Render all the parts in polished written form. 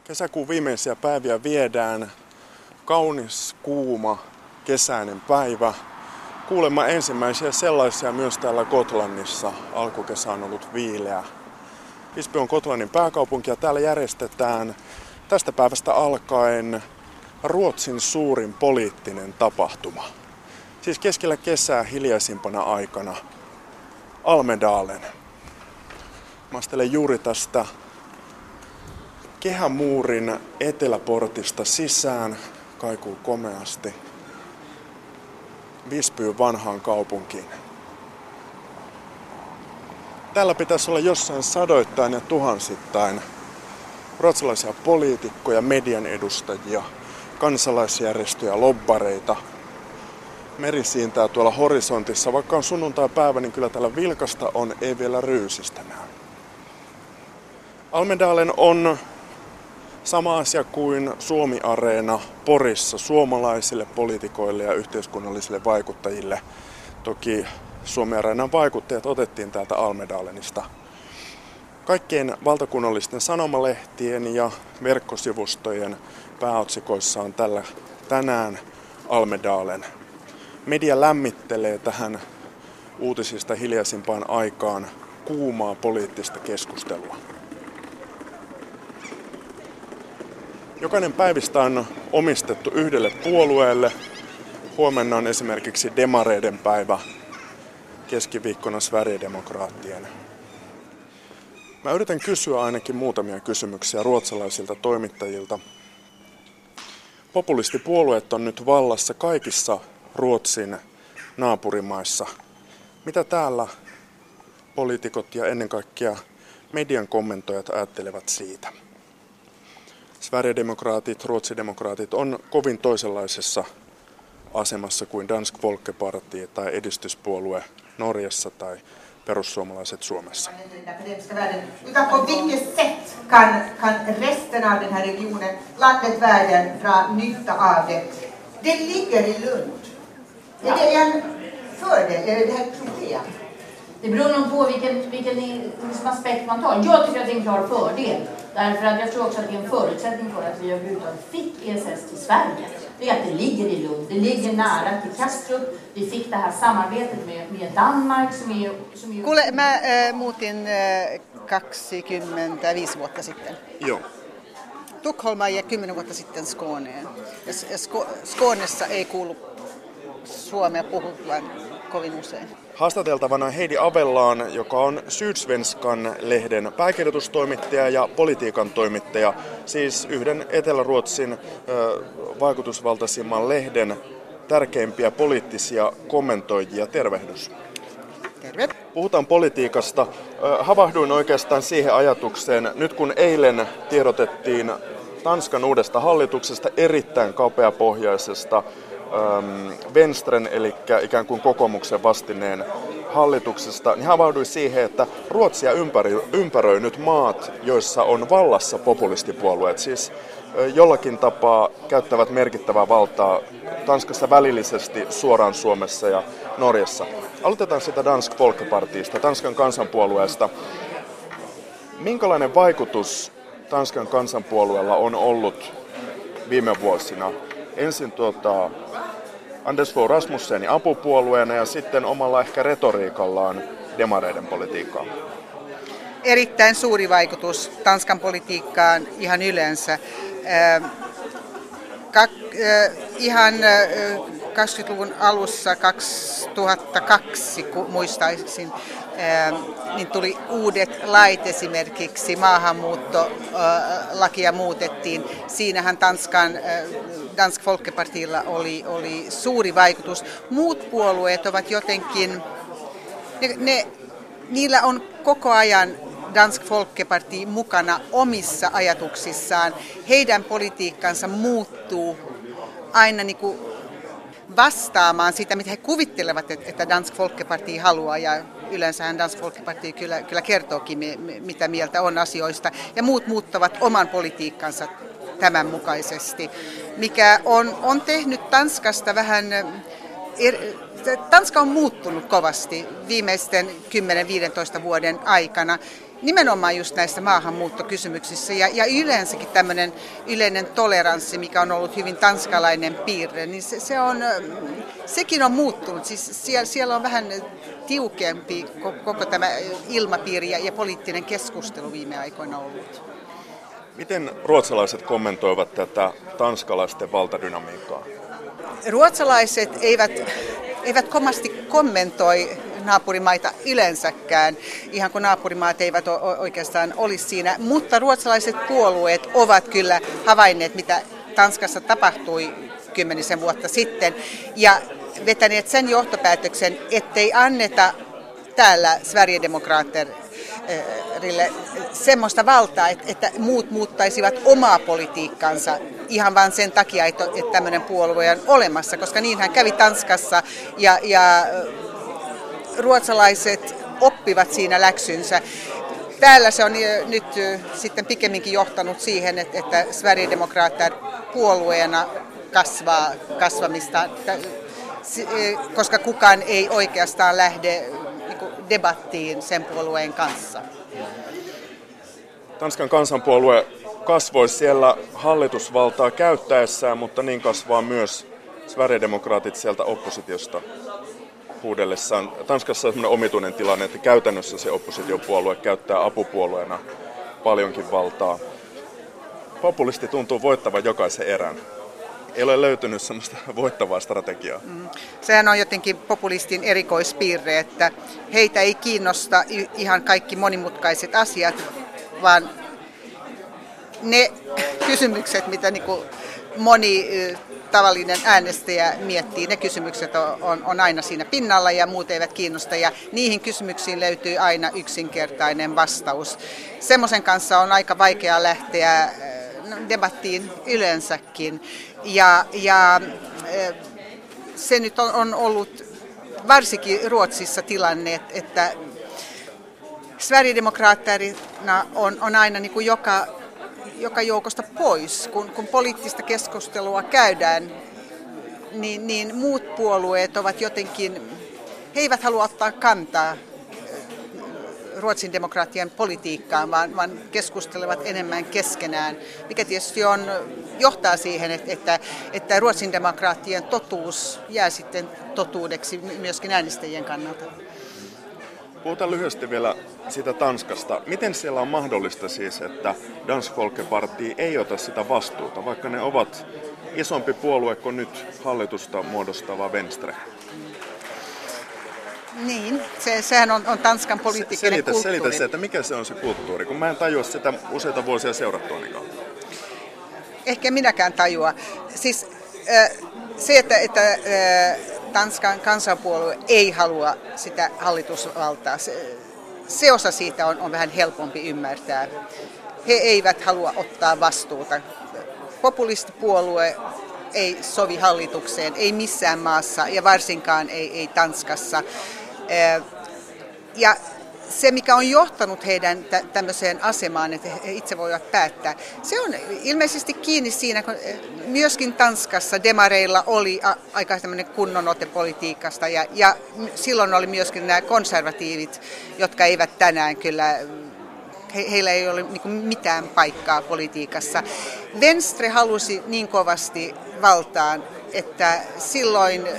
Kesäkuun viimeisiä päiviä viedään. Kaunis, kuuma, kesäinen päivä. Kuulemma ensimmäisiä sellaisia myös täällä Gotlannissa. Alkukesä on ollut viileä. Visby on Gotlannin pääkaupunki ja täällä järjestetään tästä päivästä alkaen Ruotsin suurin poliittinen tapahtuma. Siis keskellä kesää hiljaisimpana aikana. Almedalen. Mä astelen juuri tästä kehämuurin eteläportista sisään. Kaikuu komeasti Visbyyn vanhaan kaupunkiin. Täällä pitäisi olla jossain sadoittain ja tuhansittain ruotsalaisia poliitikkoja, median edustajia, kansalaisjärjestöjä, lobbareita. Meri siintää tuolla horisontissa. Vaikka on sunnuntai-päivä, niin kyllä täällä vilkasta on, ei vielä ryysistä näy. Almedalen on sama asia kuin Suomi-areena Porissa suomalaisille poliitikoille ja yhteiskunnallisille vaikuttajille. Toki Suomi-areenan vaikuttajat otettiin täältä Almedalenista. Kaikkien valtakunnallisten sanomalehtien ja verkkosivustojen pääotsikoissa on tänään Almedalen. Media lämmittelee tähän uutisista hiljaisimpaan aikaan kuumaa poliittista keskustelua. Jokainen päivistä on omistettu yhdelle puolueelle. Huomenna on esimerkiksi demareiden päivä, keskiviikkona Sverigedemokraattien. Mä yritän kysyä ainakin muutamia kysymyksiä ruotsalaisilta toimittajilta. Populistipuolueet on nyt vallassa kaikissa Ruotsin naapurimaissa. Mitä täällä poliitikot ja ennen kaikkea median kommentoijat ajattelevat siitä? Sverigedemokraatit, ruotsidemokraatit on kovin toisenlaisessa asemassa kuin Dansk Folkeparti tai edistyspuolue Norjassa tai perussuomalaiset Suomessa. Utan på vilket sätt kan resten av den här regionen, landet, världen dra nytta av det? Det ligger i Lund. Är det en fördel eller är det ett problem? Det beror nog på vilken aspekt man tar. Jag tycker att det är en klar fördel. Därför att jag tror också att det är en förutsättning för att vi överhuvudtaget fick ESS till Sverige. Det är att det ligger i Lund. Det ligger nära till Kastrup. Vi fick det här samarbetet med Danmark som är... Kuule, mä muutin 25 vuotta sitten. Joo. Tukholmaan ja 10 vuotta sitten Skåneen. Skånessa ei kuulu suomea puhutaan kovin usein. Haastateltavana Heidi Avellaan, joka on Sydsvenskan-lehden pääkirjoitustoimittaja ja politiikan toimittaja, siis yhden Etelä-Ruotsin vaikutusvaltaisimman lehden tärkeimpiä poliittisia kommentoijia. Tervehdys. Terve. Puhutaan politiikasta. Havahduin oikeastaan siihen ajatukseen, nyt kun eilen tiedotettiin Tanskan uudesta hallituksesta, erittäin kapeapohjaisesta Venstren, eli ikään kuin kokoomuksen vastineen hallituksesta, niin havahduin siihen, että Ruotsia ympäröi nyt maat, joissa on vallassa populistipuolueet, siis jollakin tapaa käyttävät merkittävää valtaa Tanskassa välillisesti, suoraan Suomessa ja Norjassa. Aloitetaan sitä Dansk Folkepartista, Tanskan kansanpuolueesta. Minkälainen vaikutus Tanskan kansanpuolueella on ollut viime vuosina? Ensin Anders Fogh Rasmussenin apupuolueena ja sitten omalla ehkä retoriikallaan demareiden politiikkaan. Erittäin suuri vaikutus Tanskan politiikkaan ihan yleensä. Ihan 20-luvun alussa 2002 muistaisin, niin tuli uudet lait, esimerkiksi maahanmuuttolakia muutettiin. Siinähän Dansk Folkepartilla oli suuri vaikutus. Muut puolueet ovat jotenkin, niillä on koko ajan Dansk Folkeparti mukana omissa ajatuksissaan. Heidän politiikkansa muuttuu aina niin kuin vastaamaan sitä, mitä he kuvittelevat, että Dansk Folkeparti haluaa. Ja yleensähän Dansk Folkeparti kyllä kertookin, mitä mieltä on asioista. Ja muut muuttavat oman politiikkansa tämän mukaisesti, mikä on tehnyt Tanskasta vähän... Tanska on muuttunut kovasti viimeisten 10-15 vuoden aikana. nimenomaan just näissä maahanmuuttokysymyksissä ja yleensäkin tämmöinen yleinen toleranssi, mikä on ollut hyvin tanskalainen piirre, niin sekin on muuttunut. Siis siellä on vähän tiukempi koko tämä ilmapiiri ja poliittinen keskustelu viime aikoina ollut. Miten ruotsalaiset kommentoivat tätä tanskalaisten valtadynamiikkaa? Ruotsalaiset eivät kovasti kommentoi naapurimaita yleensäkään, ihan kun naapurimaat eivät oikeastaan olisi siinä, mutta ruotsalaiset puolueet ovat kyllä havainneet, mitä Tanskassa tapahtui 10 vuotta sitten, ja vetäneet sen johtopäätöksen, ettei anneta täällä Sverigedemokraterille semmoista valtaa, että muut muuttaisivat omaa politiikkansa ihan vain sen takia, että tämmöinen puolue on olemassa, koska niinhän kävi Tanskassa ja ruotsalaiset oppivat siinä läksynsä. Täällä se on nyt sitten pikemminkin johtanut siihen, että Sverigedemokrater puolueena kasvamista, koska kukaan ei oikeastaan lähde debattiin sen puolueen kanssa. Tanskan kansanpuolue kasvoi siellä hallitusvaltaa käyttäessään, mutta niin kasvaa myös Sverigedemokraatit sieltä oppositiosta huudellessaan. Tanskassa on sellainen omituinen tilanne, että käytännössä se oppositiopuolue käyttää apupuolueena paljonkin valtaa. Populisti tuntuu voittavan jokaisen erän. Ei ole löytynyt sellaista voittavaa strategiaa. Sehän on jotenkin populistin erikoispiirre, että heitä ei kiinnosta ihan kaikki monimutkaiset asiat, vaan ne kysymykset, mitä moni tavallinen äänestäjä miettii, ne kysymykset on aina siinä pinnalla ja muut eivät kiinnosta ja niihin kysymyksiin löytyy aina yksinkertainen vastaus. Semmoisen kanssa on aika vaikea lähteä debattiin yleensäkin ja se nyt on ollut varsinkin Ruotsissa tilanne, että Sverigedemokraterna on aina joka joukosta pois, kun poliittista keskustelua käydään, niin muut puolueet ovat jotenkin, he eivät halua ottaa kantaa Ruotsin demokratian politiikkaan, vaan keskustelevat enemmän keskenään, mikä tietysti johtaa siihen, että Ruotsin demokratian totuus jää sitten totuudeksi myöskin äänestäjien kannalta. Puhutaan lyhyesti vielä siitä Tanskasta. Miten siellä on mahdollista siis, että Dansk Folkeparti ei ota sitä vastuuta, vaikka ne ovat isompi puolue kuin nyt hallitusta muodostava Venstre? Niin, sehän on Tanskan poliittinen kulttuuri. Selitä se, että mikä se on se kulttuuri, kun mä en tajua sitä useita vuosia seurattua niin kauan. Ehkä minäkään tajua. Siis se, että Tanskan kansanpuolue ei halua sitä hallitusvaltaa, se osa siitä on vähän helpompi ymmärtää. He eivät halua ottaa vastuuta. Populistipuolue ei sovi hallitukseen, ei missään maassa ja varsinkaan ei Tanskassa. Ja se, mikä on johtanut heidän tämmöiseen asemaan, että he itse voivat päättää, se on ilmeisesti kiinni siinä, kun myöskin Tanskassa demareilla oli aika tämmöinen kunnonote politiikasta ja silloin oli myöskin nämä konservatiivit, jotka eivät tänään kyllä, heillä ei ole mitään paikkaa politiikassa. Venstre halusi niin kovasti valtaan, että silloin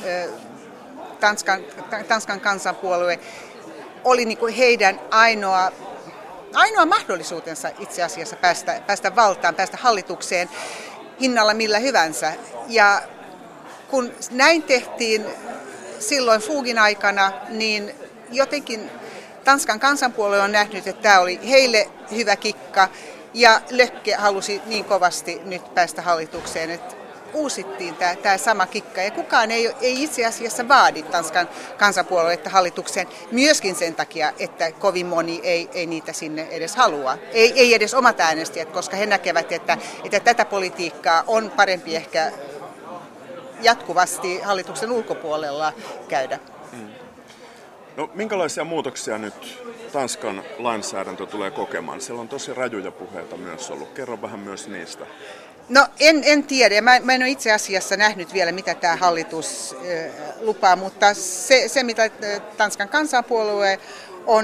Tanskan kansanpuolue oli heidän ainoa mahdollisuutensa itse asiassa päästä valtaan, päästä hallitukseen hinnalla millä hyvänsä. Ja kun näin tehtiin silloin Fugin aikana, niin jotenkin Tanskan kansanpuolue on nähnyt, että tämä oli heille hyvä kikka ja Lökke halusi niin kovasti nyt päästä hallitukseen, että uusittiin tämä sama kikka ja kukaan ei itse asiassa vaadi Tanskan kansanpuoluetta hallitukseen myöskin sen takia, että kovin moni ei niitä sinne edes halua. Ei edes omat äänestäjät, koska he näkevät, että tätä politiikkaa on parempi ehkä jatkuvasti hallituksen ulkopuolella käydä. No, minkälaisia muutoksia nyt Tanskan lainsäädäntö tulee kokemaan? Siellä on tosi rajuja puheita myös ollut. Kerro vähän myös niistä. No en tiedä. Mä en ole itse asiassa nähnyt vielä, mitä tämä hallitus lupaa, mutta se mitä Tanskan kansanpuolue on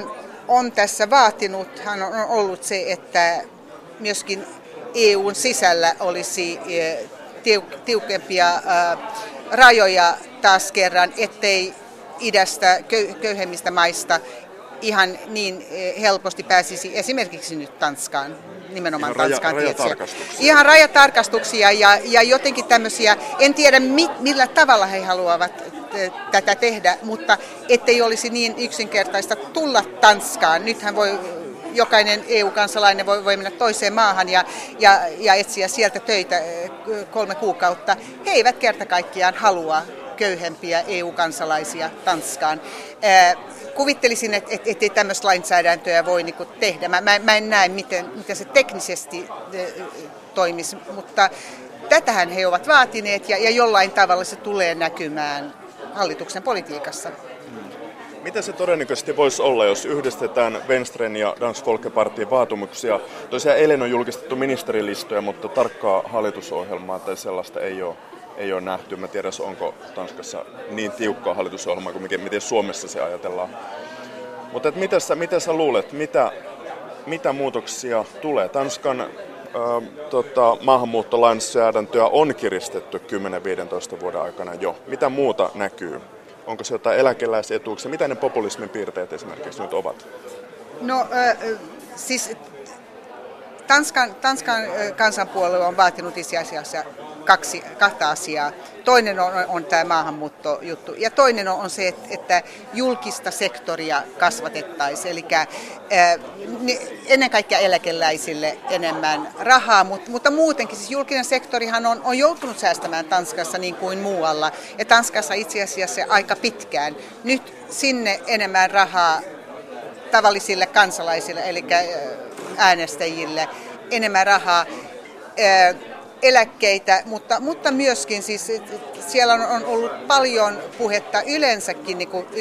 on tässä vaatinut, hän on ollut se, että myöskin EUn sisällä olisi tiukempia rajoja taas kerran, ettei idästä köyhemmistä maista ihan niin helposti pääsisi esimerkiksi nyt Tanskaan, nimenomaan Tanskaan tietysti. Ihan rajatarkastuksia ja jotenkin tämmöisiä, en tiedä millä tavalla he haluavat tätä tehdä, mutta ettei olisi niin yksinkertaista tulla Tanskaan. Nythän voi jokainen EU-kansalainen voi mennä toiseen maahan ja etsiä sieltä töitä 3 kuukautta. He eivät kerta kaikkiaan halua köyhempiä EU-kansalaisia Tanskaan. Kuvittelisin, ettei tämmöistä lainsäädäntöä voi niinku tehdä. Mä en näe, miten se teknisesti toimisi, mutta tätähän he ovat vaatineet ja jollain tavalla se tulee näkymään hallituksen politiikassa. Mitä se todennäköisesti voisi olla, jos yhdistetään Venstren ja Dansk Folkepartin vaatimuksia? Tosiaan eilen on julkistettu ministerilistoja, mutta tarkkaa hallitusohjelmaa tai sellaista ei ole nähty. Mä tiedän, onko Tanskassa niin tiukkaa hallitusohjelmaa kuin miten Suomessa se ajatellaan. Mutta mitä sä luulet, mitä muutoksia tulee? Tanskan maahanmuuttolainsäädäntöä on kiristetty 10-15 vuoden aikana jo. Mitä muuta näkyy? Onko se jotain eläkeläisetuuksia? Mitä ne populismin piirteet esimerkiksi nyt ovat? No siis Tanskan kansanpuolue on vaatinut itse asiassa kahta asiaa. Toinen on tämä maahanmuuttojuttu ja toinen on se, että julkista sektoria kasvatettaisiin. Eli ennen kaikkea eläkeläisille enemmän rahaa, mutta muutenkin siis julkinen sektorihan on joutunut säästämään Tanskassa niin kuin muualla. Ja Tanskassa itse asiassa aika pitkään. Nyt sinne enemmän rahaa tavallisille kansalaisille, eli äänestäjille, enemmän rahaa. Eläkkeitä, mutta myöskin siis siellä on ollut paljon puhetta yleensäkin niin kuin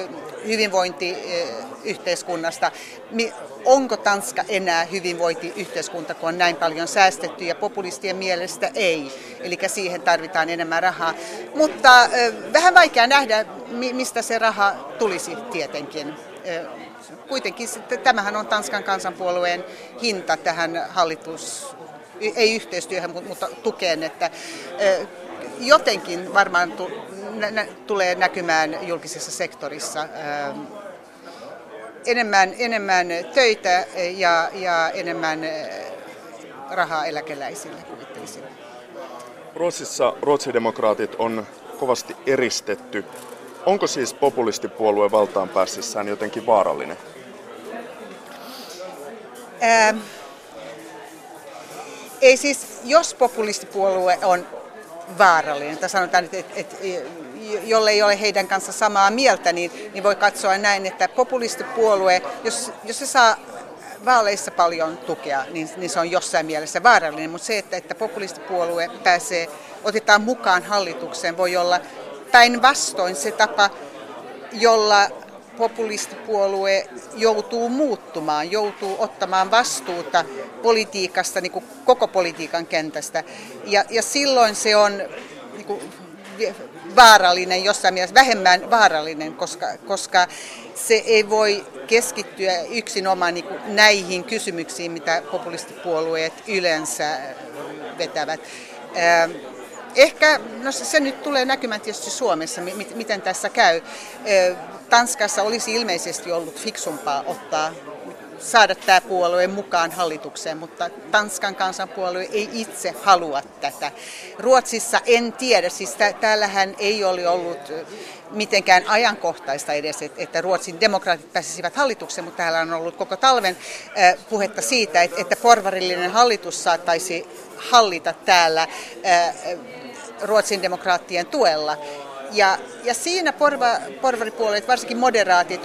hyvinvointiyhteiskunnasta. Onko Tanska enää hyvinvointiyhteiskunta, kun on näin paljon säästetty ja populistien mielestä ei. Eli siihen tarvitaan enemmän rahaa. Mutta vähän vaikea nähdä, mistä se raha tulisi tietenkin. Kuitenkin tämähän on Tanskan kansanpuolueen hinta tähän ei yhteistyöhön, mutta tukeen, että jotenkin varmaan tulee näkymään julkisessa sektorissa enemmän töitä ja enemmän rahaa eläkeläisille, kuvittelisin. Ruotsissa ruotsidemokraatit on kovasti eristetty. Onko siis populistipuolue valtaan päässessään jotenkin vaarallinen? Ei siis, jos populistipuolue on vaarallinen, tai sanotaan, että jolle ei ole heidän kanssa samaa mieltä, niin voi katsoa näin, että populistipuolue, jos se saa vaaleissa paljon tukea, niin se on jossain mielessä vaarallinen, mutta se, että populistipuolue otetaan mukaan hallitukseen, voi olla päinvastoin se tapa, jolla populistipuolue joutuu muuttumaan, joutuu ottamaan vastuuta politiikasta, niin kuin koko politiikan kentästä. Ja silloin se on niin kuin vaarallinen, jossain mielessä vähemmän vaarallinen, koska se ei voi keskittyä yksinomaan niin kuin näihin kysymyksiin, mitä populistipuolueet yleensä vetävät. Ehkä, no se nyt tulee näkymään tietysti Suomessa, miten tässä käy. Tanskassa olisi ilmeisesti ollut fiksumpaa saada tämä puolue mukaan hallitukseen, mutta Tanskan kansanpuolue ei itse halua tätä. Ruotsissa en tiedä, siis täällähän ei ole ollut mitenkään ajankohtaista edes, että Ruotsin demokraatit pääsisivät hallitukseen, mutta täällä on ollut koko talven puhetta siitä, että porvarillinen hallitus saattaisi hallita täällä Ruotsin demokraattien tuella. Ja siinä porvaripuolueet, varsinkin moderaatit,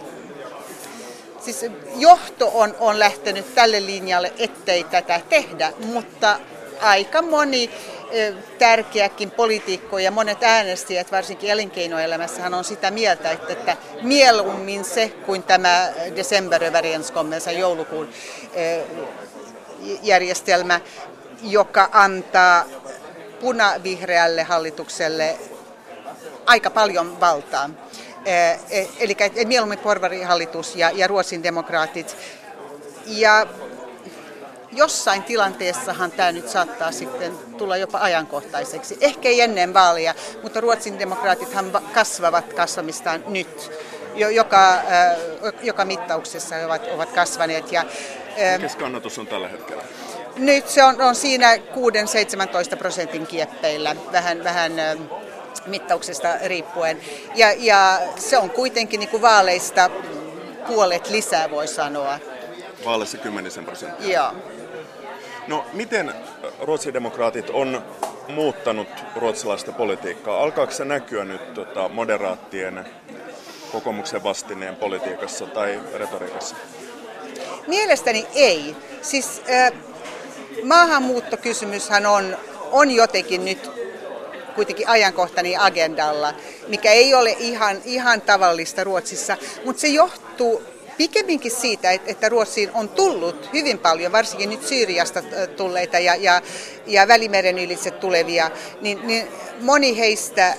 siis johto on lähtenyt tälle linjalle, ettei tätä tehdä, mutta aika moni tärkeäkin poliitikko ja monet äänestäjät, varsinkin elinkeinoelämässähän on sitä mieltä, että mieluummin se kuin tämä decemberöverenskommelsen joulukuun järjestelmä, joka antaa punavihreälle hallitukselle aika paljon valtaa. Eli mieluummin porvarihallitus ja Ruotsin demokraatit. Ja jossain tilanteessahan tämä nyt saattaa sitten tulla jopa ajankohtaiseksi. Ehkä ei ennen vaaleja, mutta Ruotsin demokraatithan kasvavat kasvamistaan nyt. Joka mittauksessa he ovat kasvaneet. Mikäs kannatus on tällä hetkellä? Nyt se on siinä 6-17% kieppeillä, vähän mittauksesta riippuen. Ja se on kuitenkin niin kuin vaaleista puolet lisää, voi sanoa. Vaaleissa 10%. Joo. No, miten ruotsidemokraatit on muuttanut ruotsalaista politiikkaa? Alkaako se näkyä nyt moderaattien kokoomuksen vastineen politiikassa tai retoriikassa? Mielestäni ei. Siis maahanmuuttokysymyshän on jotenkin nyt kuitenkin ajankohtainen agendalla, mikä ei ole ihan tavallista Ruotsissa, mutta se johtuu pikemminkin siitä, että Ruotsiin on tullut hyvin paljon, varsinkin nyt Syyriasta tulleita ja Välimeren ylitse tulevia, niin moni heistä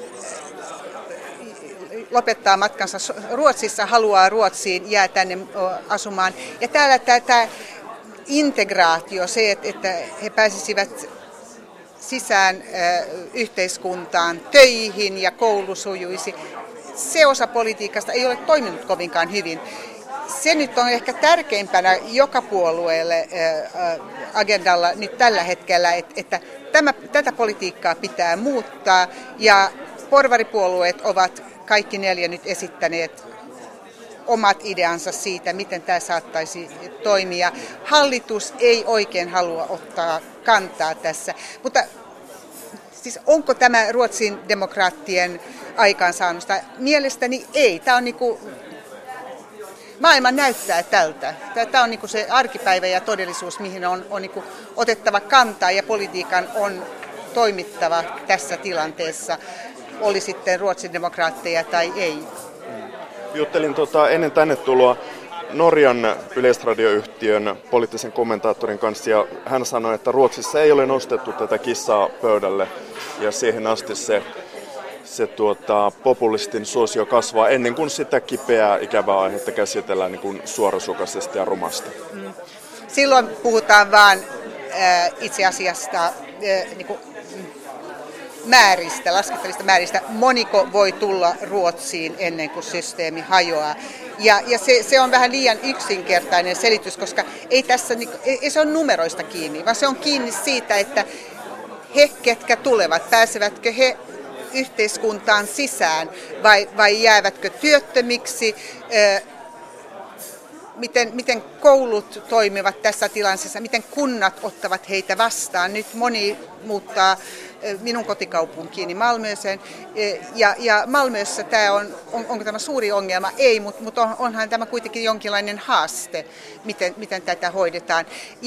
lopettaa matkansa Ruotsissa, haluaa Ruotsiin, jää tänne asumaan. Ja täällä tämä integraatio, se, että he pääsisivät sisään yhteiskuntaan, töihin ja koulu sujuisi, se osa politiikasta ei ole toiminut kovinkaan hyvin. Se nyt on ehkä tärkeimpänä joka puolueelle agendalla nyt tällä hetkellä, että tätä politiikkaa pitää muuttaa ja porvaripuolueet ovat kaikki 4 nyt esittäneet omat ideansa siitä, miten tämä saattaisi toimia. Hallitus ei oikein halua ottaa kantaa tässä, mutta siis onko tämä Ruotsin demokraattien aikaansaannosta? Mielestäni ei. Tämä on maailma näyttää tältä. Tämä on se arkipäivä ja todellisuus, mihin on otettava kantaa ja politiikan on toimittava tässä tilanteessa, oli sitten Ruotsin demokraatteja tai ei. Juttelin ennen tänne tuloa Norjan yleisradioyhtiön poliittisen kommentaattorin kanssa ja hän sanoi, että Ruotsissa ei ole nostettu tätä kissaa pöydälle ja siihen asti se populistin suosio kasvaa ennen kuin sitä kipeää ikävää aihetta käsitellään niin kuin suorasukaisesti ja rumasti. Silloin puhutaan vaan itse asiasta määristä, laskettavista määristä. Moniko voi tulla Ruotsiin ennen kuin systeemi hajoaa. Ja se on vähän liian yksinkertainen selitys, koska ei se ole numeroista kiinni, vaan se on kiinni siitä, että he, ketkä tulevat, pääsevätkö he yhteiskuntaan sisään vai jäävätkö työttömiksi, miten koulut toimivat tässä tilanteessa, miten kunnat ottavat heitä vastaan. Nyt moni muuttaa minun kotikaupunkiini Malmöseen ja Malmössä tämä onko tämä suuri ongelma? Ei, mutta onhan tämä kuitenkin jonkinlainen haaste, miten tätä hoidetaan.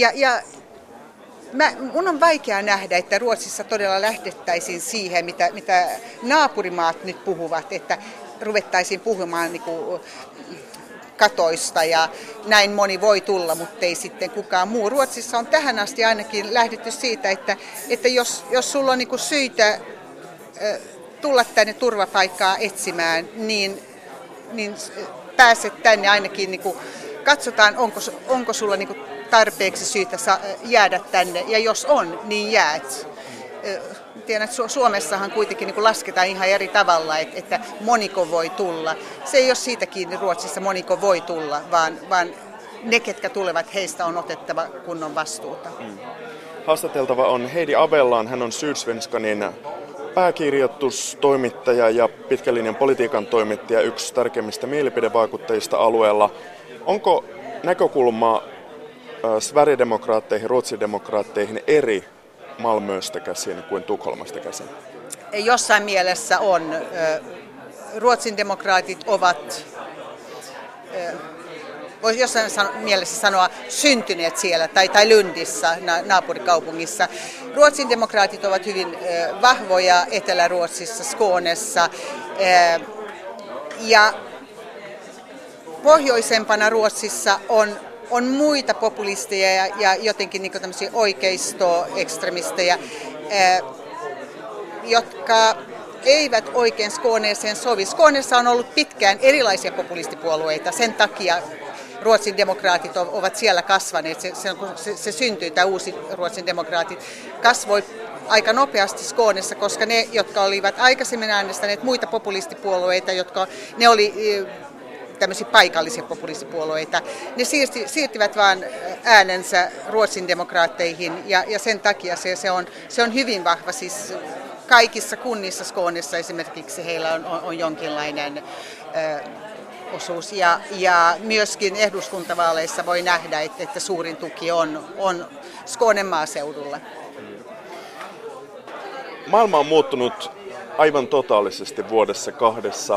Mun on vaikea nähdä, että Ruotsissa todella lähdettäisiin siihen, mitä naapurimaat nyt puhuvat, että ruvettaisiin puhumaan katoista ja näin moni voi tulla, mutta ei sitten kukaan muu. Ruotsissa on tähän asti ainakin lähdetty siitä, että jos sulla on syitä tulla tänne turvapaikkaa etsimään, niin pääset tänne ainakin, katsotaan onko sulla tarpeeksi syytä jäädä tänne ja jos on, niin jäät. Tiedän, että Suomessahan kuitenkin lasketaan ihan eri tavalla, että moniko voi tulla. Se ei ole siitä kiinni Ruotsissa, moniko voi tulla, vaan ne, ketkä tulevat, heistä on otettava kunnon vastuuta. Haastateltava on Heidi Avellaan. Hän on Sydsvenskanin pääkirjoitustoimittaja ja pitkän linjan politiikan toimittaja, yksi tärkeimmistä mielipidevaikuttajista alueella. Onko näkökulma Sverigedemokraatteihin, ruotsidemokraatteihin eri Malmöstä käsin kuin Tukholmasta käsin? Jossain mielessä on. Ruotsin demokraatit ovat, voisi jossain mielessä sanoa, syntyneet siellä tai Lundissä, naapurikaupungissa. Ruotsin demokraatit ovat hyvin vahvoja Etelä-Ruotsissa, Skånessa ja pohjoisempana Ruotsissa on muita populisteja ja jotenkin tämmöisiä oikeistoekstremistejä, jotka eivät oikein Skåneeseen sovi. Skåneessa on ollut pitkään erilaisia populistipuolueita, sen takia Ruotsin demokraatit ovat siellä kasvaneet. Se syntyi, tämä uusi Ruotsin demokraatit kasvoi aika nopeasti Skånessa, koska ne, jotka olivat aikaisemmin äänestäneet muita populistipuolueita, ne oli tämmöisiä paikallisia populistipuolueita, ne siirtivät vaan äänensä Ruotsin demokraatteihin ja sen takia se on hyvin vahva. Siis kaikissa kunnissa Skånessa esimerkiksi heillä on jonkinlainen osuus ja myöskin eduskuntavaaleissa voi nähdä, että suurin tuki on Skånen maaseudulla. Maailma on muuttunut aivan totaalisesti vuodessa kahdessa.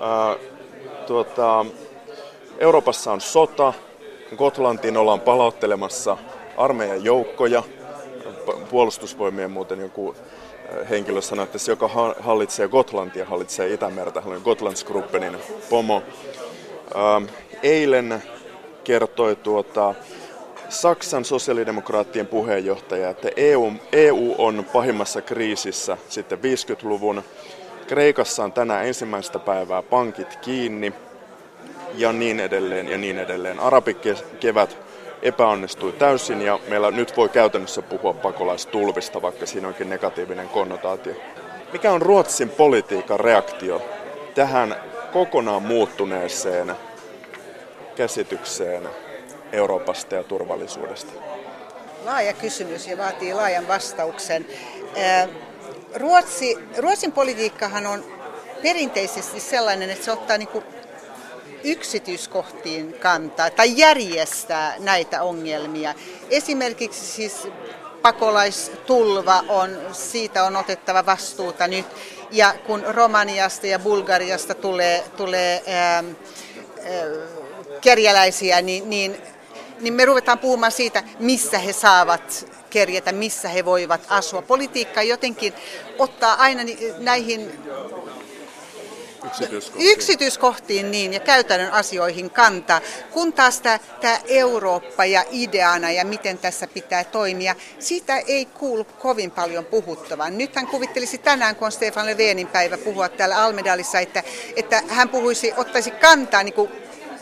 Euroopassa on sota, Gotlantiin ollaan palauttelemassa armeijan joukkoja, puolustusvoimien muuten joku henkilö sanoi, että se joka hallitsee Gotlantia, hallitsee Itämertä, hän on Gotlandsgruppenin pomo. Eilen kertoi Saksan sosiaalidemokraattien puheenjohtaja, että EU on pahimmassa kriisissä sitten 50-luvun. Kreikassa on tänään ensimmäistä päivää pankit kiinni ja niin edelleen ja niin edelleen. Arabikevät epäonnistui täysin ja meillä nyt voi käytännössä puhua pakolaistulvista, vaikka siinä onkin negatiivinen konnotaatio. Mikä on Ruotsin politiikan reaktio tähän kokonaan muuttuneeseen käsitykseen Euroopasta ja turvallisuudesta? Laaja kysymys ja vaatii laajan vastauksen. Ruotsin politiikkahan on perinteisesti sellainen, että se ottaa niin kuin yksityiskohtiin kantaa tai järjestää näitä ongelmia. Esimerkiksi siis pakolaistulva siitä on otettava vastuuta nyt ja kun Romaniasta ja Bulgariasta tulee kerjäläisiä, niin me ruvetaan puhumaan siitä, missä he saavat kerjätä, missä he voivat asua. Politiikka jotenkin ottaa aina näihin yksityiskohtiin niin, ja käytännön asioihin kantaa, kun taas tämä Eurooppa ja ideana ja miten tässä pitää toimia, siitä ei kuulu kovin paljon puhuttavan. Nyt hän kuvittelisi tänään, kun on Stefan Löfvenin päivä puhua täällä Almedalissa, että hän ottaisi kantaa niin kuin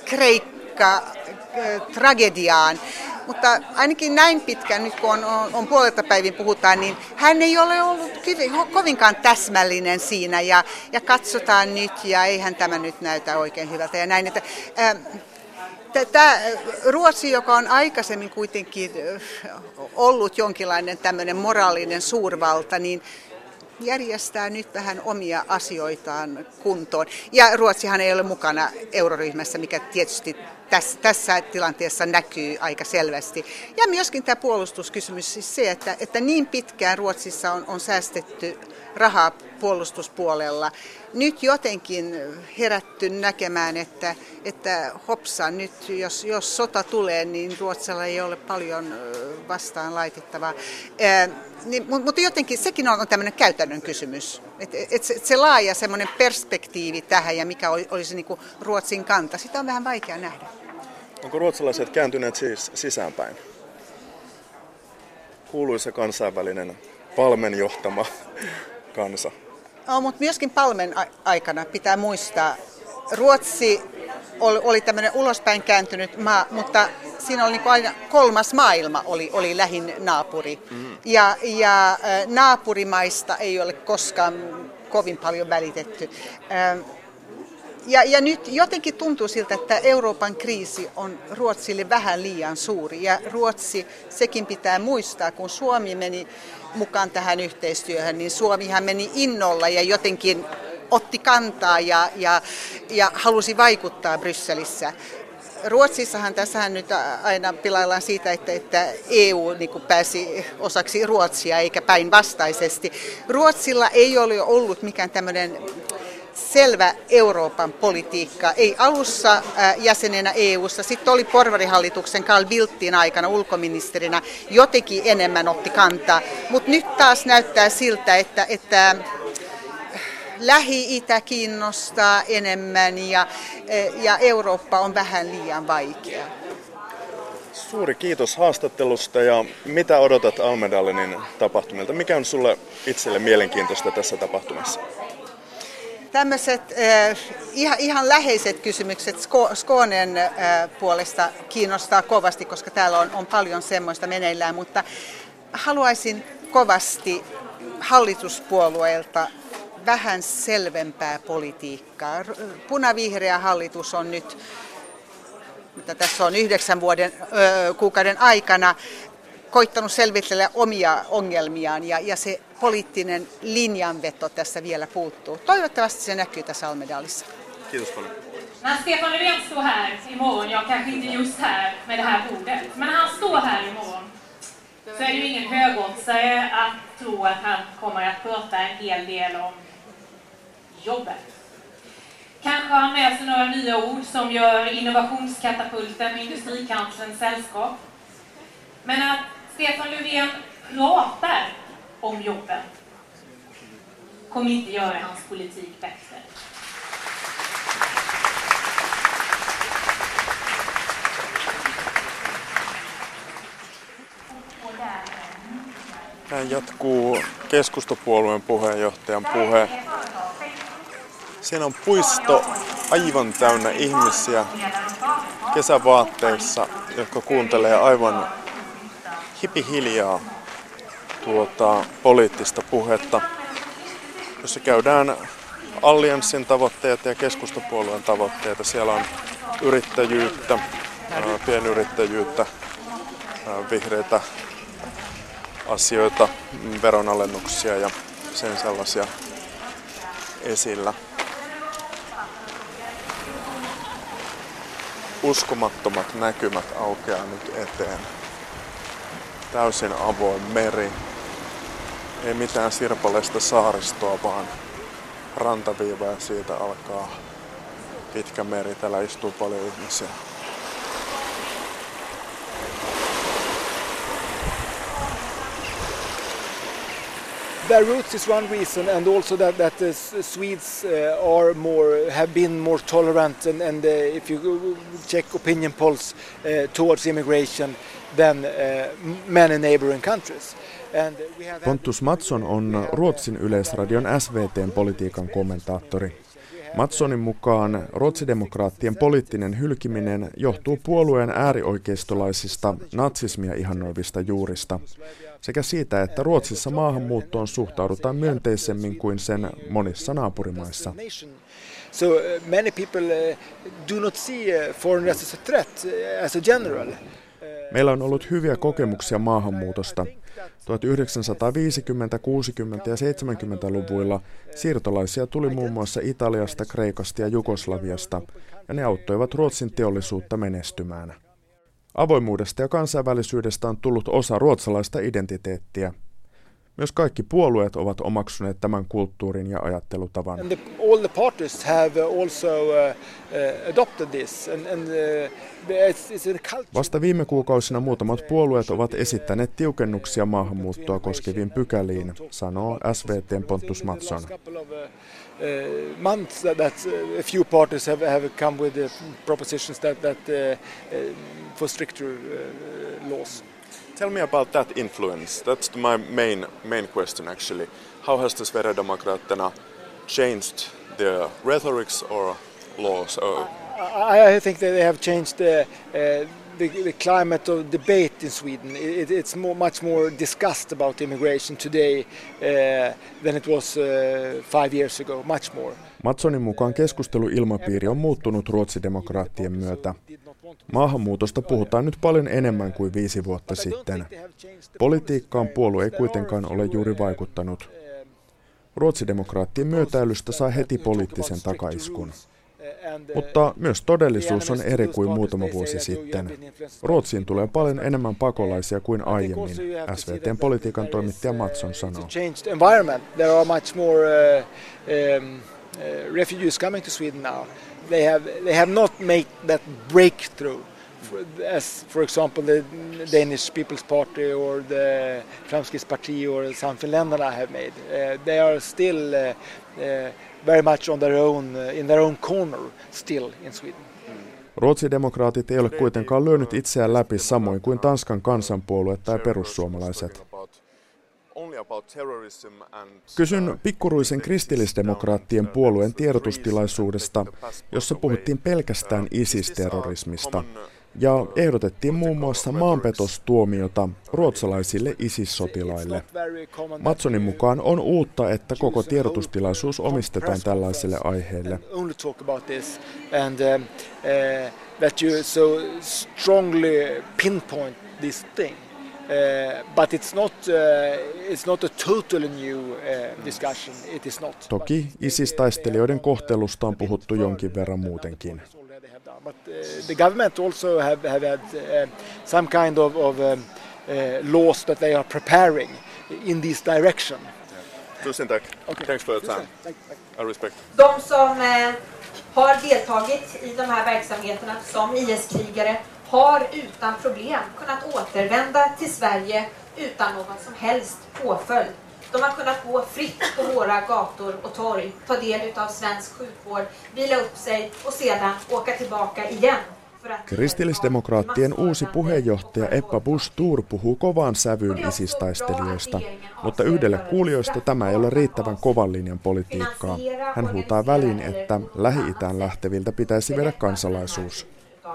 Kreikka-tragediaan. Mutta ainakin näin pitkään, nyt kun on puolelta päivin puhutaan, niin hän ei ole ollut kovinkaan täsmällinen siinä ja katsotaan nyt ja eihän tämä nyt näytä oikein hyvältä ja näin. Tämä Ruotsi, joka on aikaisemmin kuitenkin ollut jonkinlainen tämmöinen moraalinen suurvalta, niin järjestää nyt vähän omia asioitaan kuntoon. Ja Ruotsihan ei ole mukana euroryhmässä, mikä tietysti tässä tilanteessa näkyy aika selvästi. Ja myöskin tämä puolustuskysymys, siis se, että niin pitkään Ruotsissa on säästetty rahaa puolustuspuolella. Nyt jotenkin herätty näkemään, että hopsa, nyt jos sota tulee, niin Ruotsilla ei ole paljon vastaan laitettavaa. Mutta jotenkin sekin on tämmöinen käytännön kysymys. Että se laaja semmoinen perspektiivi tähän ja mikä olisi niin kuin Ruotsin kanta, sitä on vähän vaikea nähdä. Onko ruotsalaiset kääntyneet siis sisäänpäin? Kuuluisa kansainvälinen Palmen johtama kansa. Mutta myöskin Palmen aikana pitää muistaa, Ruotsi oli tämmöinen ulospäin kääntynyt maa, mutta siinä oli niin kuin aina kolmas maailma oli lähin naapuri. Ja naapurimaista ei ole koskaan kovin paljon välitetty. Ja nyt jotenkin tuntuu siltä, että Euroopan kriisi on Ruotsille vähän liian suuri. Ja Ruotsi, sekin pitää muistaa, kun Suomi meni mukaan tähän yhteistyöhön, niin Suomihan meni innolla ja jotenkin otti kantaa ja halusi vaikuttaa Brysselissä. Ruotsissahan tässähän nyt aina pilaillaan siitä, että EU niin kuin pääsi osaksi Ruotsia eikä päinvastaisesti. Ruotsilla ei ole ollut mikään tämmöinen selvä Euroopan politiikka. Ei alussa jäsenenä EU:ssa, sitten oli porvarihallituksen Carl Bildtin aikana ulkoministerinä, jotenkin enemmän otti kantaa. Mutta nyt taas näyttää siltä, että Lähi-itä kiinnostaa enemmän ja Eurooppa on vähän liian vaikea. Suuri kiitos haastattelusta ja mitä odotat Almedalenin tapahtumilta? Mikä on sulle itselle mielenkiintoista tässä tapahtumassa? Tämmöiset ihan läheiset kysymykset Skånen puolesta kiinnostaa kovasti, koska täällä on paljon semmoista meneillään, mutta haluaisin kovasti hallituspuolueilta vähän selvempää politiikkaa. Punavihreä hallitus on nyt, mitä tässä on 9 kuukauden aikana, koittanut selvitellä omia ongelmiaan ja se poliittinen linjanveto tässä vielä puuttuu. Toivottavasti se näkyy tässä Almedalissa. Kiitos paljon. När Stefan Löfven står här imorgon, jag kanske inte just här med det här bordet, men när han står här imorgon så är det ju ingen högoddsare att tro att han kommer att prata en hel del om jobbet. Kanske har han med sig några nya ord som gör innovationskatapulten med industrikanslerns sällskap. Men att Stefan Löfven pratar om jobben kommer inte göra hans politik bättre. Näin jatkuu keskustapuolueen puheenjohtajan puhe. Siinä on puisto aivan täynnä ihmisiä kesävaatteissa, jotka kuuntelee aivan hipihiljaa poliittista puhetta, jossa käydään allianssin tavoitteita ja keskustapuolueen tavoitteita. Siellä on yrittäjyyttä, pienyrittäjyyttä, vihreitä asioita, veronalennuksia ja sen sellaisia esillä. Uskomattomat näkymät aukeaa nyt eteen. Täysin avoin meri. Ei mitään sirpaleista saaristoa, vaan rantaviiva ja siitä alkaa pitkä meri. Täällä istuu paljon ihmisiä. Their roots is one reason, and also that the Swedes have been more tolerant, and if you check opinion polls towards immigration than many neighboring countries. Pontus Mattsson on Ruotsin yleisradion SVT:n politiikan kommentaattori. Matssonin mukaan ruotsidemokraattien poliittinen hylkiminen johtuu puolueen äärioikeistolaisista natsismia ihannoivista juurista sekä siitä, että Ruotsissa maahanmuuttoon suhtaudutaan myönteisemmin kuin sen monissa naapurimaissa. So many people do not see foreigners as a threat as a general. Meillä on ollut hyviä kokemuksia maahanmuutosta. 1950-, 60- ja 70-luvuilla siirtolaisia tuli muun muassa Italiasta, Kreikasta ja Jugoslaviasta, ja ne auttoivat Ruotsin teollisuutta menestymään. Avoimuudesta ja kansainvälisyydestä on tullut osa ruotsalaista identiteettiä. Myös kaikki puolueet ovat omaksuneet tämän kulttuurin ja ajattelutavan. All the parties have also adopted this, and it's a culture. Vasta viime kuukausina muutamat puolueet ovat esittäneet tiukennuksia maahanmuuttoa koskeviin pykäliin, sanoo SVT:n Pontus Mattsson. Months that a few parties have come with the propositions that for stricter laws. Tell me about that influence. That's my main question actually. How has the Sverigedemokraterna changed their rhetorics or laws? I think that they have changed the climate of debate in Sweden. It's much more discussed about immigration today than it was 5 years ago, much more. Matssonin mukaan keskusteluilmapiiri on muuttunut ruotsidemokraattien myötä. Maahanmuutosta puhutaan nyt paljon enemmän kuin 5 vuotta sitten. Politiikkaan puolue ei kuitenkaan ole juuri vaikuttanut. Ruotsidemokraattien myötäilystä saa heti poliittisen takaiskun. Mutta myös todellisuus on eri kuin muutama vuosi sitten. Ruotsiin tulee paljon enemmän pakolaisia kuin aiemmin, SVT:n politiikan toimittaja Mattsson sanoo. There are much more refugees coming to Sweden now. They have not made that breakthrough, as for example the Danish People's Party or the Fremskrittspartiet or Samfinländarna have made. They are still very much on their own, in their own corner still in Sweden. Ruotsidemokraatit ei ole kuitenkaan lyönyt itseään läpi samoin kuin Tanskan kansanpuolue tai perussuomalaiset. Kysyn Pikkuruisen kristillisdemokraattien puolueen tiedotustilaisuudesta, jossa puhuttiin pelkästään ISIS-terrorismista ja ehdotettiin muun muassa maanpetostuomiota ruotsalaisille ISIS-sotilaille. Matsonin mukaan on uutta, että koko tiedotustilaisuus omistetaan tällaiselle aiheelle. That you so strongly pinpoint this thing, but it's not a totally new discussion. It is not. Toki ISIS-taistelijoiden kohtelusta on puhuttu jonkin verran muutenkin. But the government also have had some kind of laws that they are preparing in this direction. Tusen tack. Okay. Thanks for your time. I respect. De som har deltagit i de här verksamheterna som IS-krigare har utan problem kunnat återvända till Sverige utan någon som helst påföljd. De har kunnat gå fritt på våra gator och torg, ta del av svensk sjukvård, vila upp sig och sedan åka tillbaka igen. Kristillisdemokraattien uusi puheenjohtaja Ebba Busch Thor puhuu kovaan sävyyn ISIS-taistelijoista, mutta yhdelle kuulijoista tämä ei ole riittävän kovan linjan politiikkaa. Hän huutaa väliin, että Lähi-itään lähteviltä pitäisi viedä kansalaisuus.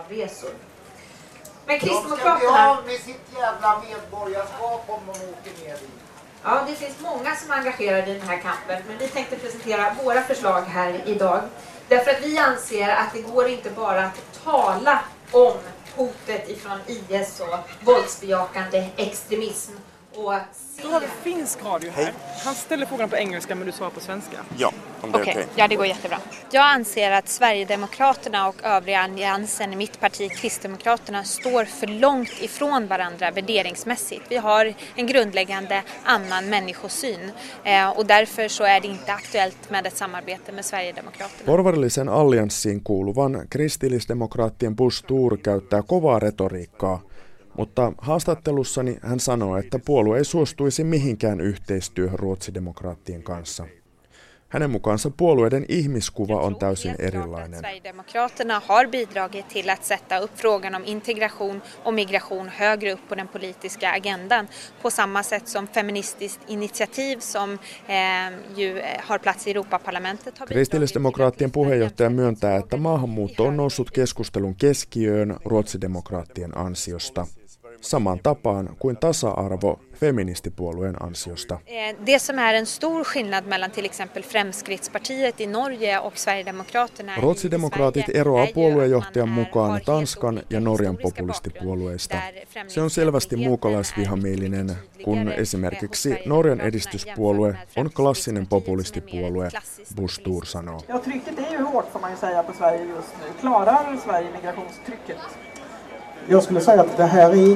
Ja, det finns många som är engagerade i den här kampen, men vi tänkte presentera våra förslag här idag. Därför att vi anser att det går inte bara att tala om hotet ifrån IS och våldsbejakande extremism. Du har finsk radio här. Han ställer frågan på engelska men du svarar på svenska. Ja, om det är okej. Ja, det går jättebra. Jag anser att Sverigedemokraterna och övriga alliansen i mitt parti Kristdemokraterna står för långt ifrån varandra värderingsmässigt. Vi har en grundläggande annan människosyn och därför så är det inte aktuellt med ett samarbete med Sverigedemokraterna. Porvarillisen allianssiin kuuluvan kristillisdemokraattien Busch Thor käyttää kovaa retoriikkaa. Mutta haastattelussani hän sanoo, että puolue ei suostuisi mihinkään yhteistyöhön ruotsidemokraattien kanssa. Hänen mukaansa puolueiden ihmiskuva on täysin erilainen. Sverigedemokraterna har bidragit till att sätta upp frågan om integration och migration högre upp på den politiska agendan på samma sätt som Feministiskt initiativ som ju har plats i Europaparlamentet. Kristillisdemokraattien puheenjohtaja myöntää, että maahanmuutto on noussut keskustelun keskiöön ruotsidemokraattien ansiosta. Samaan tapaan kuin tasa-arvo feministipuolueen ansiosta. Det som är en stor skillnad mellan till exempel Fremskrittspartiet i Norge och Sverigedemokraterna. Ruotsidemokraatit eroaa puoluejohtajan mukaan Tanskan ja Norjan populistipuolueista. Se on selvästi muukalaisvihamielinen, kun esimerkiksi Norjan edistyspuolue on klassinen populistipuolue, Busch Thor sanoo. Ja, trycket är ju hårt får man ju säga på Sverige just nu. Klarar Sverige migrationstrycket? Jag skulle säga att det här är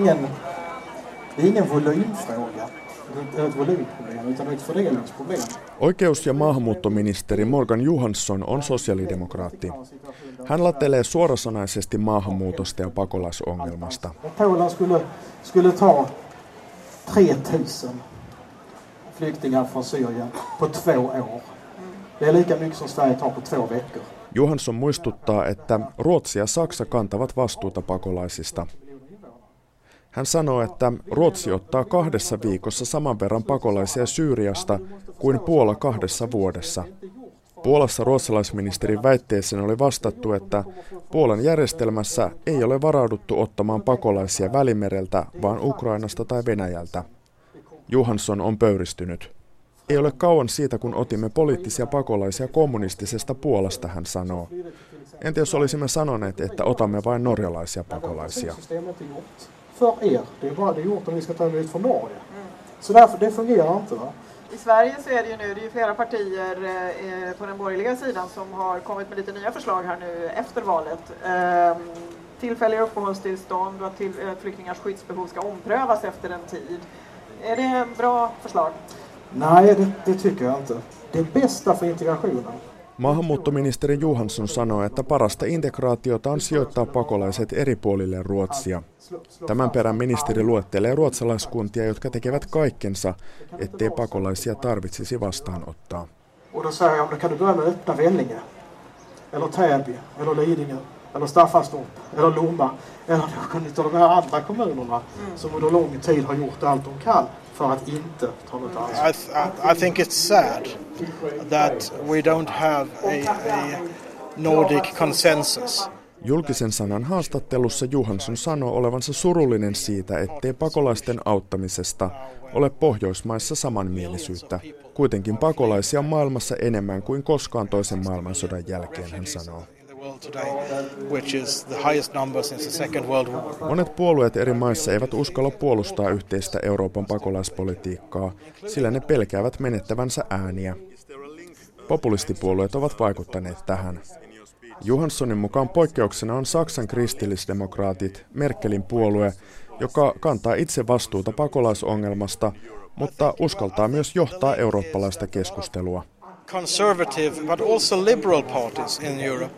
ingen volymfråga, ett volymproblem, utan ett fördelningsproblem. Oikeus- ja maahanmuuttoministeri Morgan Johansson on sosiaalidemokraatti. Hän latelee suorasanaisesti maahanmuutosta ja pakolaisongelmasta. Polen skulle ta 3000 flyktingar från Syrien på 2 år. Det är lika mycket som Sverige tar på 2 veckor. Johansson muistuttaa, että Ruotsi ja Saksa kantavat vastuuta pakolaisista. Hän sanoo, että Ruotsi ottaa 2 viikossa saman verran pakolaisia Syyriasta kuin Puola 2 vuodessa. Puolassa ruotsalaisministerin väitteeseen oli vastattu, että Puolan järjestelmässä ei ole varauduttu ottamaan pakolaisia Välimereltä, vaan Ukrainasta tai Venäjältä. Johansson on pöyristynyt. Ei ole kauan siitä, kun otimme poliittisia pakolaisia kommunistisesta Puolasta, hän sanoo. Entä jos olisimme sanoneet, että otamme vain norjalaisia pakolaisia? I Sverige så är det ju nu, det är ju flera partier på den borgerliga sidan som har kommit med lite nya förslag här nu efter valet. Tillfälliga uppehållstillstånd och att flyktingars skyddsbehov ska omprövas efter en tid. Är det bra förslag? Nej, det tycker jag inte. Det bästa för integrationen. Maahanmuuttoministeri Johansson sanoi, että parasta integraatiota on sijoittaa pakolaiset eri puolille Ruotsia. Tämän perään ministeri luettelee ruotsalaiskuntia, jotka tekevät kaikkensa, ettei pakolaisia tarvitsisi vastaanottaa. Och då säger jag, kan du börja med öppna Vellinge, eller Täby, eller Lidingö, eller Staffanstorp, eller Lomma, eller någon av de här andra kommunerna som under lång tid har gjort allt de kan för att inte ta något ansvar. I think it's sad that we don't have a Nordic consensus. Julkisen sanan haastattelussa Johansson sanoo olevansa surullinen siitä, ettei pakolaisten auttamisesta ole Pohjoismaissa samanmielisyyttä. Kuitenkin pakolaisia on maailmassa enemmän kuin koskaan toisen maailmansodan jälkeen, hän sanoo. Monet puolueet eri maissa eivät uskalla puolustaa yhteistä Euroopan pakolaispolitiikkaa, sillä ne pelkäävät menettävänsä ääniä. Populistipuolueet ovat vaikuttaneet tähän. Johanssonin mukaan poikkeuksena on Saksan kristillisdemokraatit, Merkelin puolue, joka kantaa itse vastuuta pakolaisongelmasta, mutta uskaltaa myös johtaa eurooppalaista keskustelua. Conservative but also liberal parties in Europe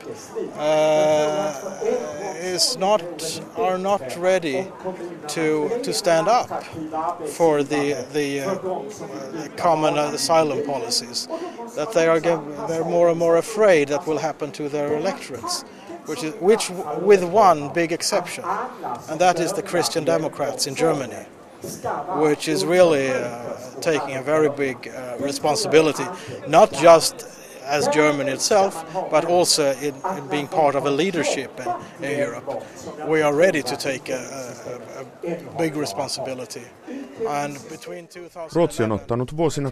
are not ready to stand up for the common asylum policies. That they're more and more afraid that will happen to their electorates, which with one big exception, and that is the Christian Democrats in Germany, which is really taking a very big responsibility, not just as Germany itself, but also in being part of a leadership in Europe. We are ready to take a big responsibility. And between 2000... Ruotsi on ottanut vuosina 2011-2015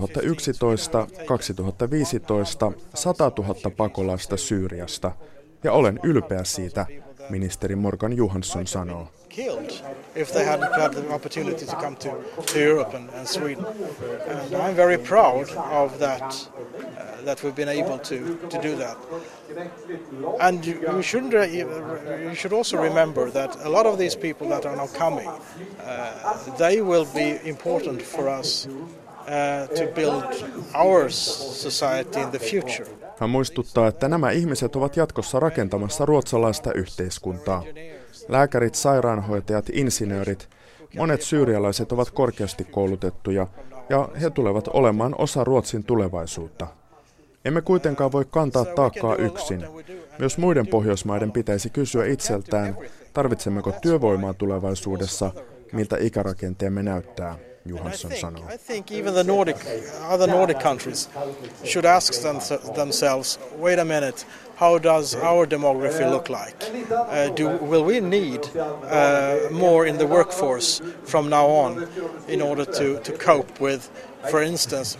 100 000 pakolaista Syyriasta, ja olen ylpeä siitä, ministeri Morgan Johansson sanoo. Killed if they hadn't had the opportunity to come to Europe and Sweden. And I'm very proud of that we've been able to do that. And you should also remember that a lot of these people that are now coming, they will be important for us to build our society in the future. Hän muistuttaa, että nämä ihmiset ovat jatkossa rakentamassa ruotsalaista yhteiskuntaa. Lääkärit, sairaanhoitajat, insinöörit, monet syyrialaiset ovat korkeasti koulutettuja ja he tulevat olemaan osa Ruotsin tulevaisuutta. Emme kuitenkaan voi kantaa taakkaa yksin. Myös muiden Pohjoismaiden pitäisi kysyä itseltään, tarvitsemmeko työvoimaa tulevaisuudessa, miltä ikärakenteemme näyttää, Johansson sanoo. I think even the other Nordic countries should ask themselves, wait a minute, how does our demography look like? Will we need more in the workforce from now on in order to cope with, for instance,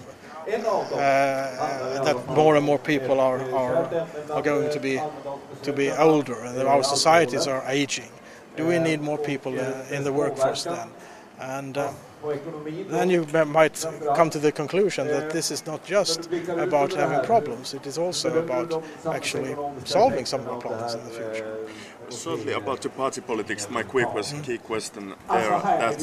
that more and more people are going to be older and our societies are aging? Do we need more people in the workforce then? And then you might come to the conclusion that this is not just about having problems, it is also about actually solving some of the problems in the future. Shortly about the party politics, my key question there, that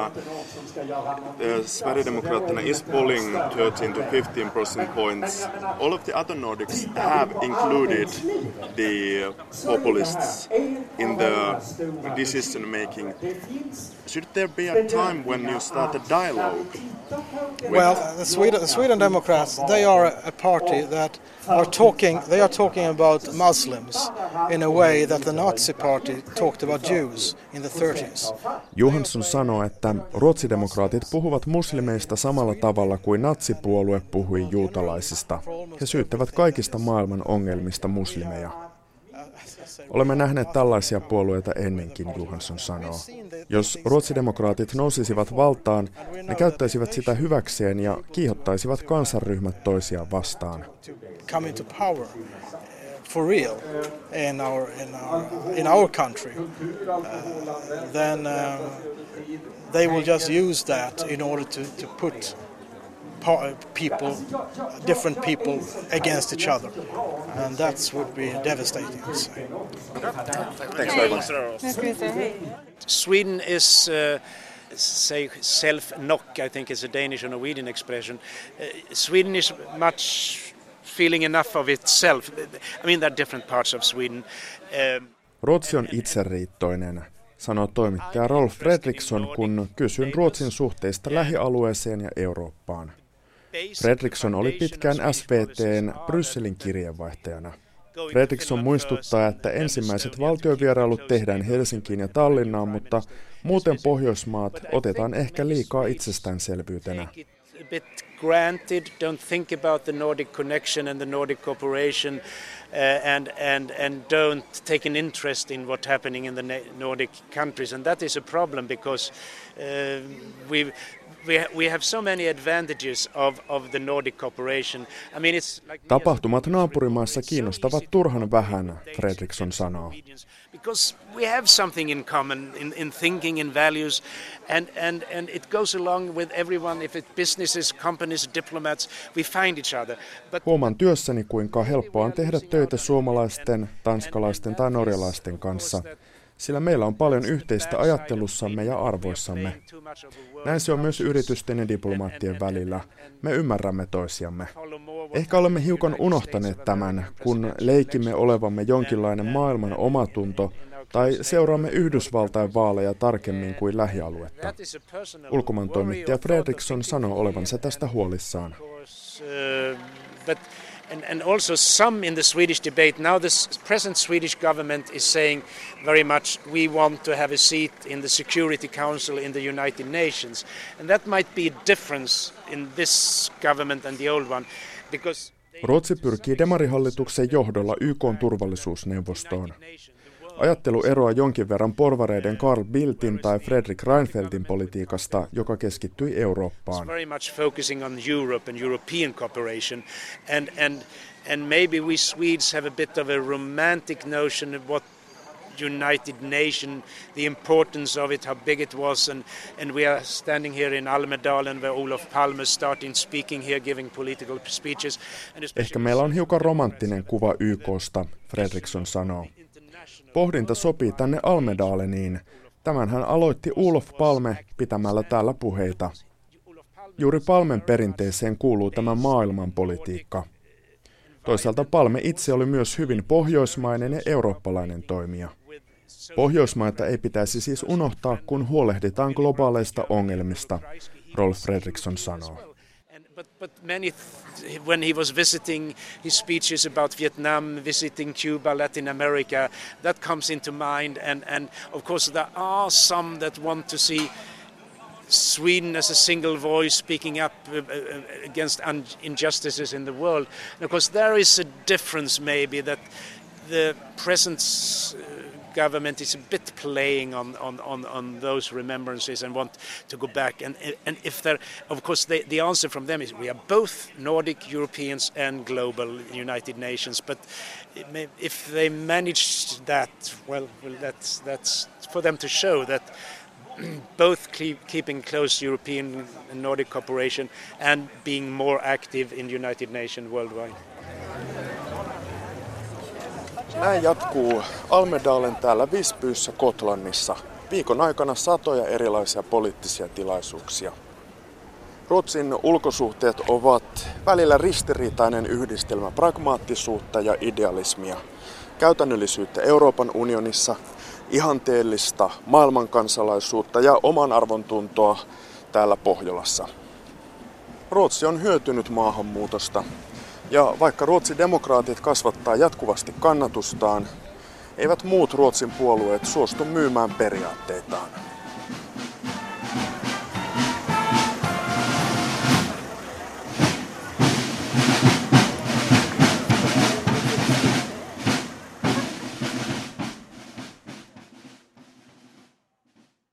Sverigedemokraterna is polling 13 to 15% points. All of the other Nordics have included the populists in the decision making. Should there be a time when you start a dialogue? Well, the Sweden Democrats, they are a party that are talking about Muslims in a way that the Nazi Party talked about Jews in the 30s. Johansson sanoo, että ruotsidemokraatit puhuvat muslimeista samalla tavalla kuin natsipuolue puhui juutalaisista. He syyttävät kaikista maailman ongelmista muslimeja. Olemme nähneet tällaisia puolueita ennenkin, Johansson sanoo. Jos ruotsidemokraatit nousisivat valtaan, ne käyttäisivät sitä hyväkseen ja kiihottaisivat kansanryhmät toisiaan vastaan. Come into power for real in our country, then they will just use that in order to put different people against each other, and that would be devastating. Thanks very much. Sweden is say self-knock, I think is a Danish or Norwegian expression. Sweden is much feeling enough of itself. I mean, there are different parts of Sweden. Ruotsi on itseriittoinen, sanoo toimittaja Rolf Fredriksson, kun kysyn Ruotsin suhteista lähialueeseen ja Eurooppaan. Fredriksson oli pitkään SVT:n Brysselin kirjeenvaihtajana. Fredriksson muistuttaa, että ensimmäiset valtiovierailut tehdään Helsinkiin ja Tallinnaan, mutta muuten Pohjoismaat otetaan ehkä liikaa itsestäänselvyytenä. A bit granted, don't think about the Nordic connection and the Nordic cooperation, and don't take an interest in what's happening in the Nordic countries, and that is a problem because we have so many advantages of the Nordic cooperation. I mean, it's like Tapahtumat naapurimaissa kiinnostavat turhan vähän, Fredriksson sanoo. Because we have something in common in thinking, in values, and it goes along with everyone. If it's businesses, companies, diplomats, we find each other. Huomaan työssäni, kuinka helppoa on tehdä töitä suomalaisten, tanskalaisten tai norjalaisten kanssa, sillä meillä on paljon yhteistä ajattelussamme ja arvoissamme. Näin se on myös yritysten ja diplomaattien välillä. Me ymmärrämme toisiamme. Ehkä olemme hiukan unohtaneet tämän, kun leikimme olevamme jonkinlainen maailman omatunto tai seuraamme Yhdysvaltain vaaleja tarkemmin kuin lähialuetta. Ulkomaantoimittaja Fredriksson sanoo olevansa tästä huolissaan. And also some in the Swedish debate, now the present Swedish government is saying very much we want to have a seat in the Security Council in the United Nations. And that might be a difference in this government and the old one. Because Ruotsi pyrkii demarihallituksen johdolla YK:n turvallisuusneuvostoon. Ajattelu eroaa jonkin verran porvareiden Carl Bildtin tai Fredrik Reinfeldtin politiikasta, joka keskittyi Eurooppaan. very much focusing on Europe and European cooperation, and maybe we Swedes have a bit of a romantic notion of what United Nation, the importance of it, how big it was, and we are standing here in Almedalen where Olof Palme started speaking here, giving political speeches. Ehkä meillä on hiukan romanttinen kuva YK:sta, Fredriksson sanoo. Pohdinta sopii tänne Almedaleniin. Tämän hän aloitti Olof Palme pitämällä täällä puheita. Juuri Palmen perinteeseen kuuluu tämä maailmanpolitiikka. Toisaalta Palme itse oli myös hyvin pohjoismainen ja eurooppalainen toimija. Pohjoismaita ei pitäisi siis unohtaa, kun huolehditaan globaaleista ongelmista, Rolf Fredriksson sanoo. But many, when he was visiting his speeches about Vietnam, visiting Cuba, Latin America, that comes into mind. And of course there are some that want to see Sweden as a single voice speaking up against injustices in the world. And of course there is a difference maybe that the present government is a bit playing on those remembrances and want to go back. And if there, of course, the answer from them is we are both Nordic, Europeans and global United Nations. But if they manage that, well, that's for them to show that both keeping close European and Nordic cooperation and being more active in United Nations worldwide. Näin jatkuu Almedalen täällä Visbyissä Kotlannissa. Viikon aikana satoja erilaisia poliittisia tilaisuuksia. Ruotsin ulkosuhteet ovat välillä ristiriitainen yhdistelmä pragmaattisuutta ja idealismia, käytännöllisyyttä Euroopan unionissa, ihanteellista maailmankansalaisuutta ja oman arvontuntoa täällä Pohjolassa. Ruotsi on hyötynyt maahanmuutosta. Ja vaikka Ruotsin demokraatit kasvattaa jatkuvasti kannatustaan, eivät muut Ruotsin puolueet suostu myymään periaatteitaan.